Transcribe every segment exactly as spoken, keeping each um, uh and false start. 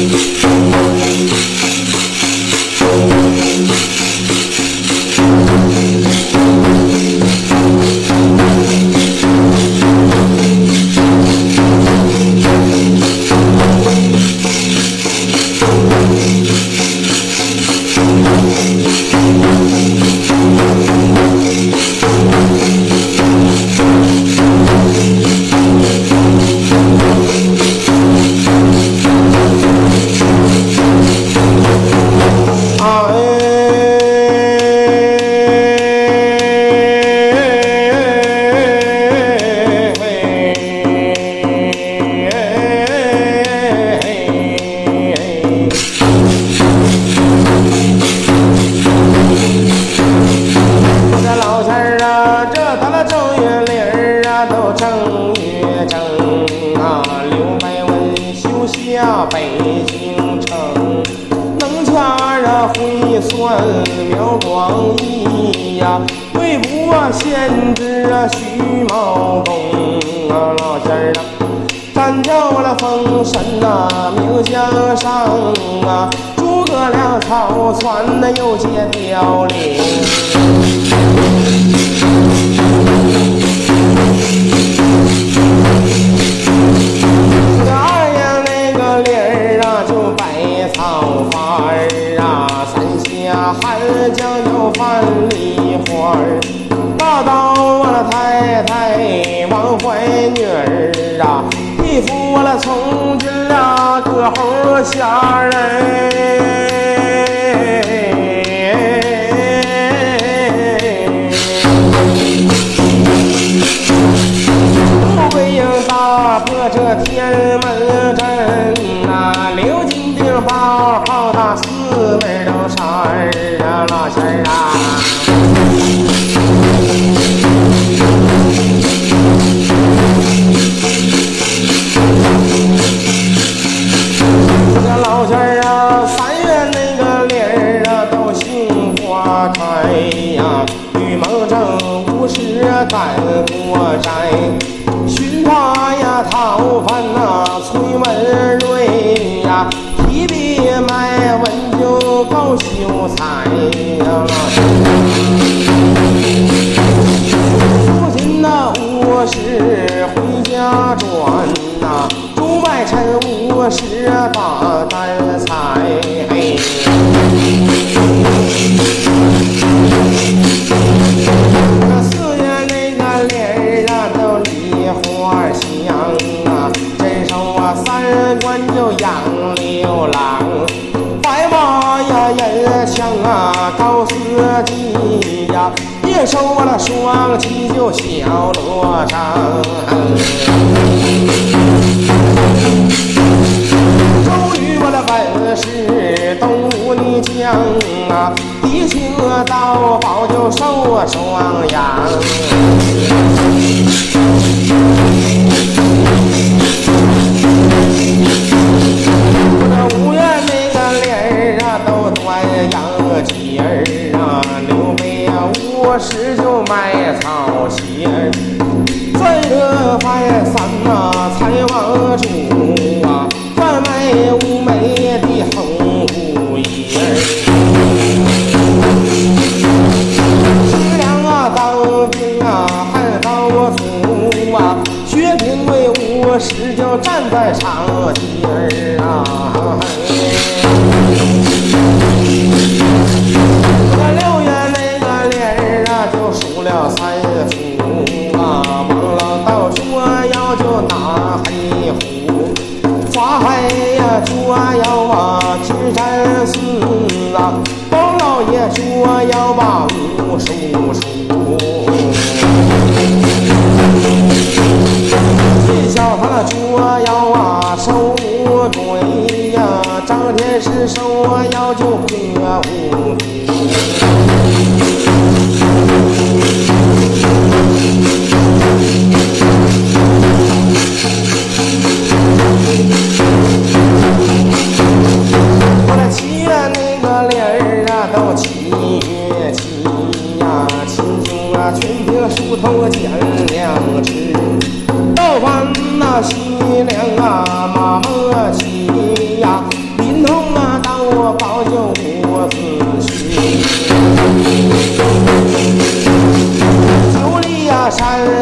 全凭树头讲良知，倒翻那西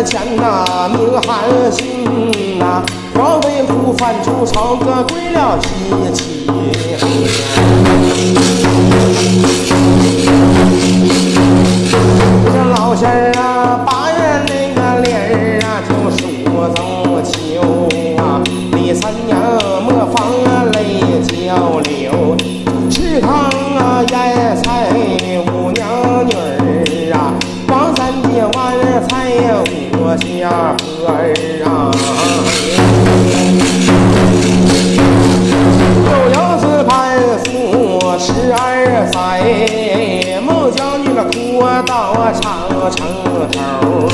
前呐，明寒心呐，光为不犯出朝歌归了七七。这老仙儿啊，八月那个脸儿啊，就数走秋啊，李三娘磨坊啊泪交流，池塘啊腌菜五娘女儿啊，王三姐碗菜五家婆儿啊，又有是攀附十二载，孟姜女的哭到长城头，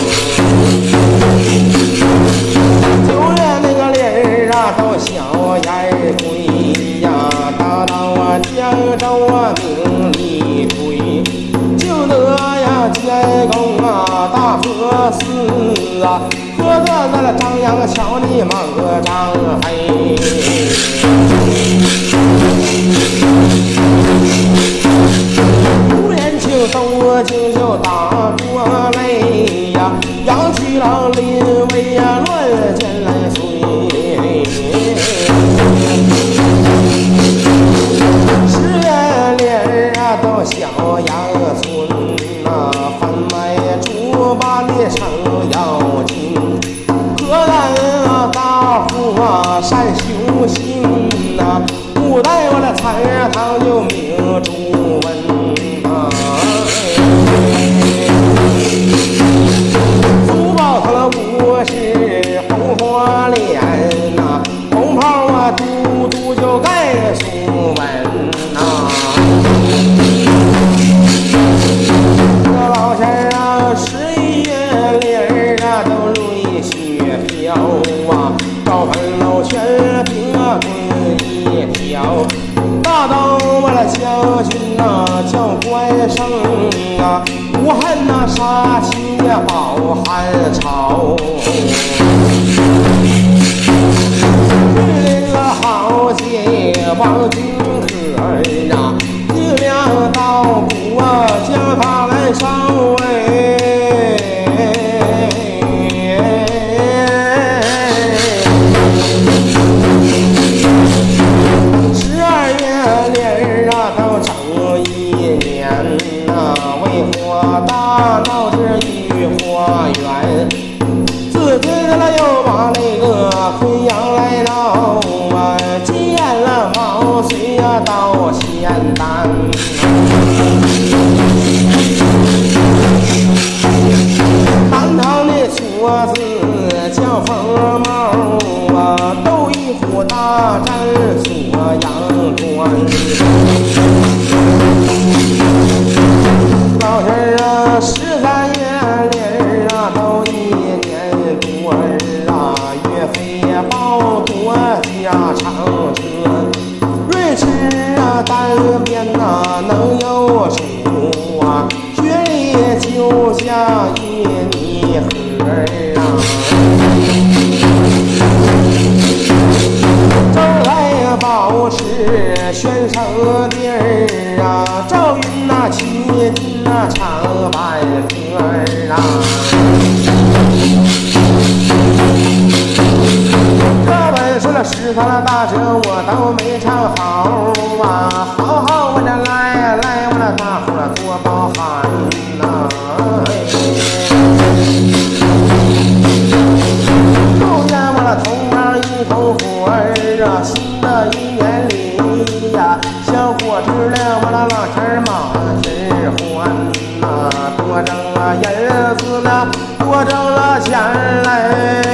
九月那个脸儿啊都小眼儿鬼呀，大到啊江州啊名利归，就得呀监工啊大佛寺啊，喝得那了张阳桥里忙个张黑。五年秋冬经就打过泪呀，杨七郎临危呀乱箭来随，十月脸啊都小阳村呐，贩卖猪八戒成妖精，河南啊大户啊善修行呐，古代我的残堂就明珠文啊，珠宝他了五十红火脸呐，红袍啊嘟嘟就盖书文呐，这老仙儿啊十一月里儿啊都瑞雪飘啊，高盆楼全凭啊滚一条，大刀我的将军呐叫关胜啊，武汉呐杀秦呀保汉朝，那个好姐王君可儿啊，一两刀鼓啊将他来烧哎。十二月里儿啊都整一年呐，为火大闹这御花园，自己了又把那个昆阳来闹啊，见了毛遂呀到仙丹，南唐的矬子叫风帽啊，斗一虎大战锁阳关，老仙儿啊十三月里儿啊都一年多儿啊，岳飞呀抱夺下长车，瑞驰啊单边呐能有数啊，雪里就像一泥河儿啊，周来保持宣城地儿啊，赵云呐齐军呐长板车儿啊，这本是了十他的大折我都没唱好啊，好好我这来来我这大伙儿多包涵呐，祝愿我的同胞一同福儿啊，新的一年里呀，小伙子了我的老天满是欢呐，多挣了银子了，多挣了钱来。